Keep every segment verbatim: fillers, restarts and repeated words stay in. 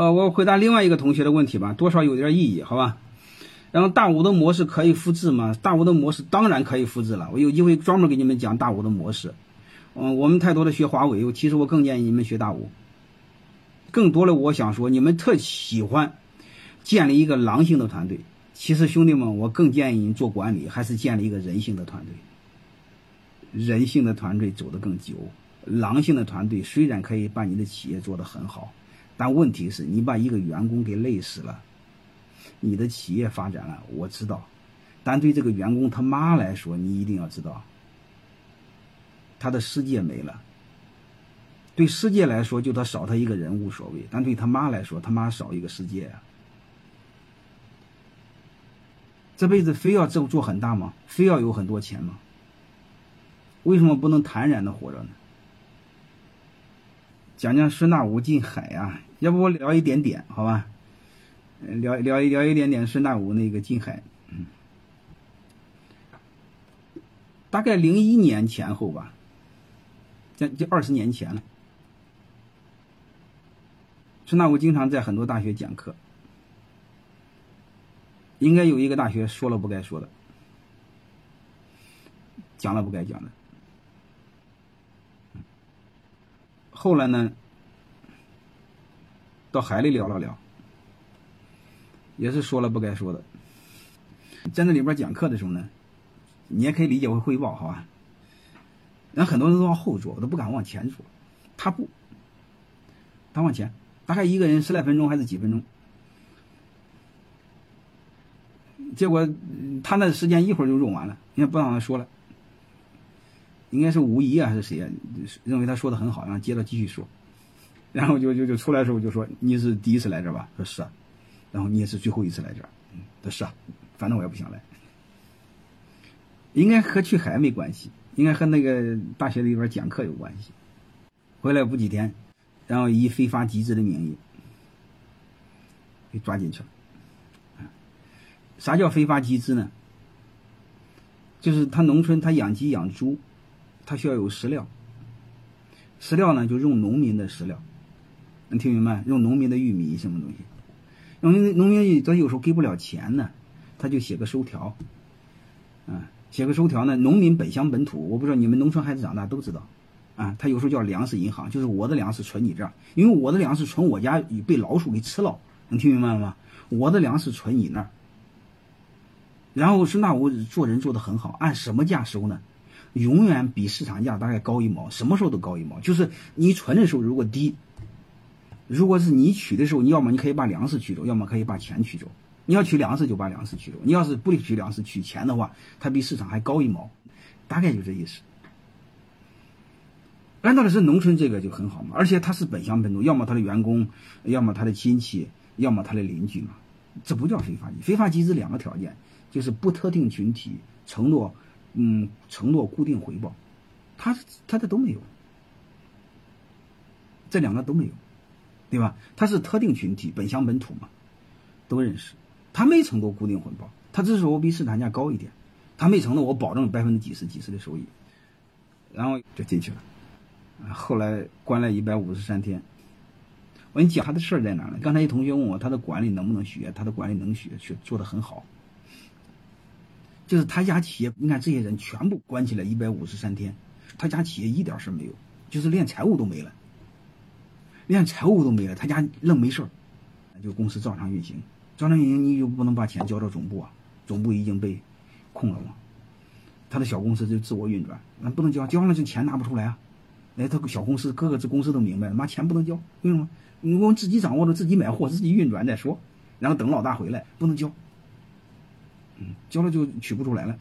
呃，我回答另外一个同学的问题吧，多少有点意义，好吧？然后大五的模式可以复制吗？大五的模式当然可以复制了，我有机会专门给你们讲大五的模式。嗯，我们太多的学华为，其实我更建议你们学大五。更多的我想说，你们特喜欢建立一个狼性的团队，其实兄弟们，我更建议你做管理还是建立一个人性的团队。人性的团队走得更久，狼性的团队虽然可以把你的企业做得很好，但问题是你把一个员工给累死了，你的企业发展了，我知道，但对这个员工他妈来说，你一定要知道，他的世界没了。对世界来说，就他少他一个人无所谓，但对他妈来说，他妈少一个世界啊。这辈子非要做做很大吗？非要有很多钱吗？为什么不能坦然的活着呢？讲讲孙大武进海啊，要不我聊一点点，好吧？聊聊一聊一点点孙大武那个进海，嗯，大概零一年前后吧，这就二十年前了。孙大武经常在很多大学讲课，应该有一个大学说了不该说的，讲了不该讲的。后来呢，到海里聊了聊，也是说了不该说的。在那里边讲课的时候呢，你也可以理解为汇报，好吧？然后很多人都往后坐，我都不敢往前坐，他不，他往前，大概一个人十来分钟还是几分钟。结果他那时间一会儿就用完了，人家不让他说了。应该是吴仪啊还是谁啊？认为他说的很好，然后接着继续说，然后就就就出来的时候就说你是第一次来这儿吧？说是啊，然后你也是最后一次来这儿，嗯，说是啊，反正我也不想来。应该和去海没关系，应该和那个大学里边讲课有关系。回来不几天，然后以非法集资的名义被抓进去了。啥叫非法集资呢？就是他农村他养鸡养猪，他需要有饲料，饲料呢就用农民的饲料，能听明白？用农民的玉米什么东西？农民农民他有时候给不了钱呢，他就写个收条，啊，写个收条呢。农民本乡本土，我不知道你们农村孩子长大都知道，啊，他有时候叫粮食银行，就是我的粮食存你这儿，因为我的粮食存我家被老鼠给吃了，能听明白了吗？我的粮食存你那儿。然后孙大武做人做得很好，按什么价收呢？永远比市场价大概高一毛，什么时候都高一毛。就是你存的时候如果低，如果是你取的时候，你要么你可以把粮食取走，要么可以把钱取走。你要取粮食就把粮食取走，你要是不取粮食取钱的话，它比市场还高一毛，大概就这意思。按道理是农村这个就很好嘛，而且他是本乡本土，要么他的员工，要么他的亲戚，要么他的邻居嘛，这不叫非法集。非法集资两个条件，就是不特定群体承诺，嗯，承诺固定回报，他他这都没有，这两个都没有，对吧？他是特定群体，本乡本土嘛，都认识，他没承诺固定回报，他只是说我比市场价高一点，他没承诺我保证百分之几十几十的收益，然后就进去了。后来关了一百五十三天。我跟你讲他的事儿在哪呢？刚才一同学问我他的管理能不能学，他的管理能学，学做得很好。就是他家企业，你看这些人全部关起来一百五十三天，他家企业一点事没有，就是连财务都没了，连财务都没了，他家愣没事儿，就公司照常运行，照常运行你就不能把钱交到总部啊，总部已经被控了嘛，他的小公司就自我运转，那不能交，交了这钱拿不出来啊。哎，他小公司各个这公司都明白了，妈钱不能交，为什么？我们自己掌握着，自己买货，自己运转再说，然后等老大回来，不能交。嗯，交了就取不出来了。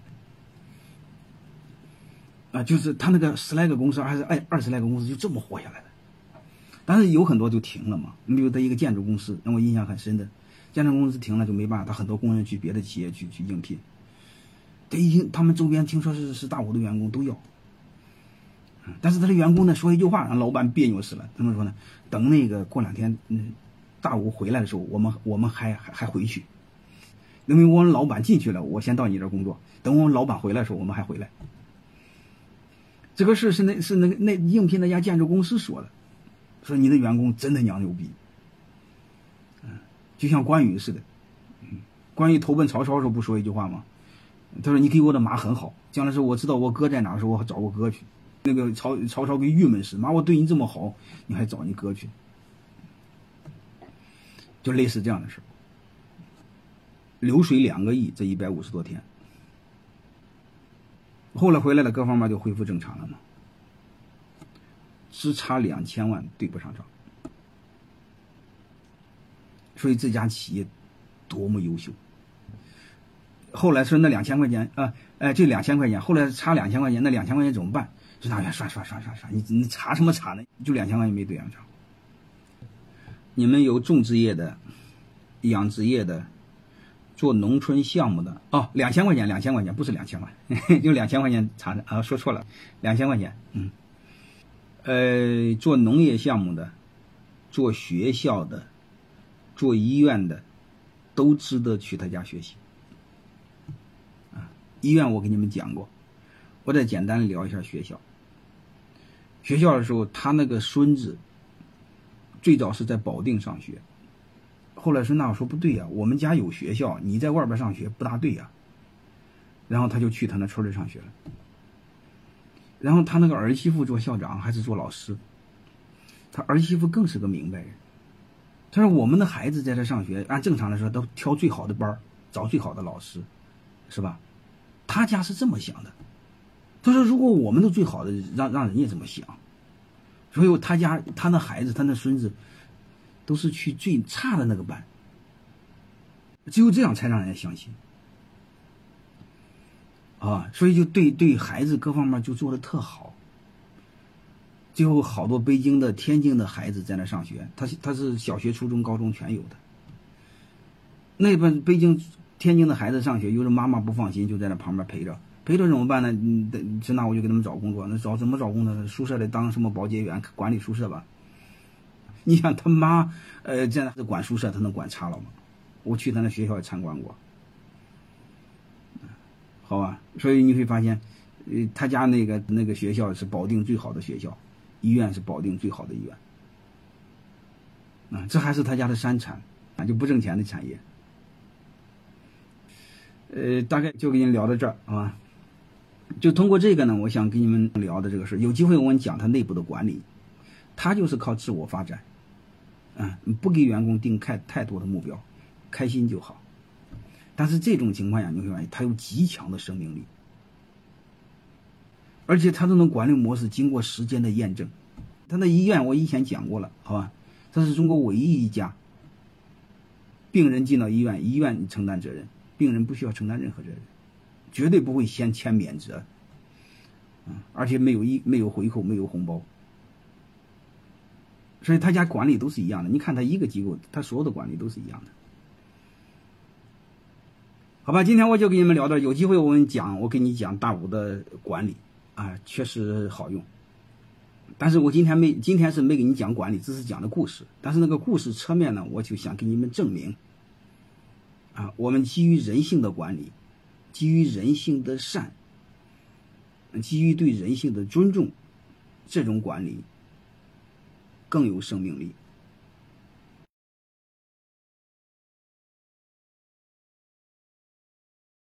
啊，就是他那个十来个公司，还是二二十来个公司，就这么活下来的。但是有很多就停了嘛。你比如他一个建筑公司，让我印象很深的，建筑公司停了就没办法，他很多工人去别的企业去去应聘。他一听他们周边听说是是大武的员工都要。但是他的员工呢说一句话让老板别扭死了，怎么说呢？等那个过两天，嗯，大武回来的时候，我们我们还还还回去，因为我们老板进去了，我先到你这儿工作，等我们老板回来的时候，我们还回来。这个事是那是那个那应聘那家建筑公司说的，说你的员工真的娘牛逼， 就像关羽似的。关羽投奔曹操的时候不说一句话吗？他说：“你给我的马很好，将来时候我知道我哥在哪的时候，我找我哥去。”那个曹曹操给郁闷死，妈，我对你这么好，你还找你哥去？就类似这样的事儿。流水两个亿，这一百五十多天，后来回来了，各方面就恢复正常了嘛。只差两千万对不上账，所以这家企业多么优秀。后来说那两千块钱啊，哎，这两千块钱，后来差两千块钱，那两千块钱怎么办？就那算算算算算，你你查什么查呢？就两千块钱没对上账。你们有种植业的、养殖业的、做农村项目的哦，两千块钱，两千块钱不是两千万，就两千块钱查的啊，说错了，两千块钱，嗯，呃，做农业项目的、做学校的、做医院的，都值得去他家学习。医院我给你们讲过，我再简单聊一下学校。学校的时候，他那个孙子最早是在保定上学，后来孙大我说不对呀、啊，我们家有学校，你在外边上学不大对呀、啊。然后他就去他那村里上学了。然后他那个儿媳妇做校长还是做老师，他儿媳妇更是个明白人。他说我们的孩子在这上学，按正常来说都挑最好的班，找最好的老师，是吧？他家是这么想的，他说如果我们都最好的，让让人家这么想，所以他家他那孩子他那孙子都是去最差的那个班，只有这样才让人家相信啊，所以就对对孩子各方面就做的特好。最后好多北京的、天津的孩子在那上学，他他是小学、初中、高中全有的。那边北京。天津的孩子上学，有的妈妈不放心，就在那旁边陪着，陪着怎么办呢？嗯，那我就给他们找工作，那找怎么找工作呢？宿舍里当什么保洁员，管理宿舍吧。你想他妈，呃，在那管宿舍，他能管差了吗？我去他那学校也参观过，好吧？所以你会发现，呃，他家那个那个学校是保定最好的学校，医院是保定最好的医院，啊，这还是他家的山产，啊，就不挣钱的产业。呃，大概就跟你聊到这儿，好吧？就通过这个呢，我想跟你们聊的这个事，有机会我们讲他内部的管理，他就是靠自我发展，啊，不给员工定太太多的目标，开心就好。但是这种情况下，你会发现他有极强的生命力，而且他这种管理模式经过时间的验证。他的医院我以前讲过了，好吧？这是中国唯一一家病人进到医院，医院承担责任。病人不需要承担任何责任，绝对不会先签免责，嗯，而且没有一没有回扣，没有红包，所以他家管理都是一样的。你看他一个机构，他所有的管理都是一样的，好吧？今天我就跟你们聊到，有机会我们讲，我跟你讲大五的管理啊，确实好用。但是我今天没，今天是没给你讲管理，只是讲的故事。但是那个故事侧面呢，我就想给你们证明。啊，我们基于人性的管理，基于人性的善，基于对人性的尊重，这种管理更有生命力。